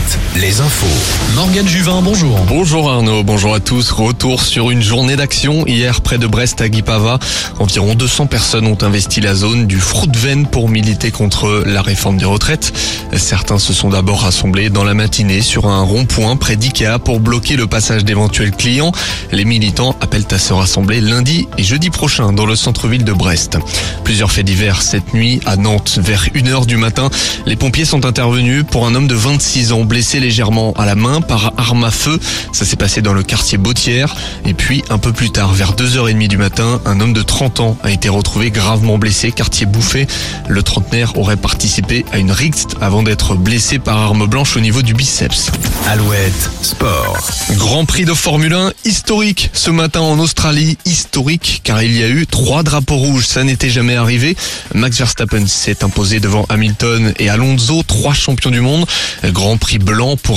Alouette, les infos. Morgane Juvin, bonjour. Bonjour Arnaud, bonjour à tous. Retour sur une journée d'action. Hier, près de Brest à Guipava, environ 200 personnes ont investi la zone du Fruitven pour militer contre la réforme des retraites. Certains se sont d'abord rassemblés dans la matinée sur un rond-point près d'Ikea pour bloquer le passage d'éventuels clients. Les militants appellent à se rassembler lundi et jeudi prochain dans le centre-ville de Brest. Plusieurs faits divers cette nuit à Nantes. Vers 1h du matin, les pompiers sont intervenus pour un homme de 26 ans blessé légèrement à la main par arme à feu. Ça s'est passé dans le quartier Bautière. Et puis, un peu plus tard, vers 2h30 du matin, un homme de 30 ans a été retrouvé gravement blessé, quartier Bouffé. Le trentenaire aurait participé à une rixe avant d'être blessé par arme blanche au niveau du biceps. Alouette, sport. Grand Prix de Formule 1 historique ce matin en Australie. Historique car il y a eu 3 drapeaux rouges, ça n'était jamais arrivé. Max Verstappen s'est imposé devant Hamilton et Alonso, 3 champions du monde. Grand Prix blanc pour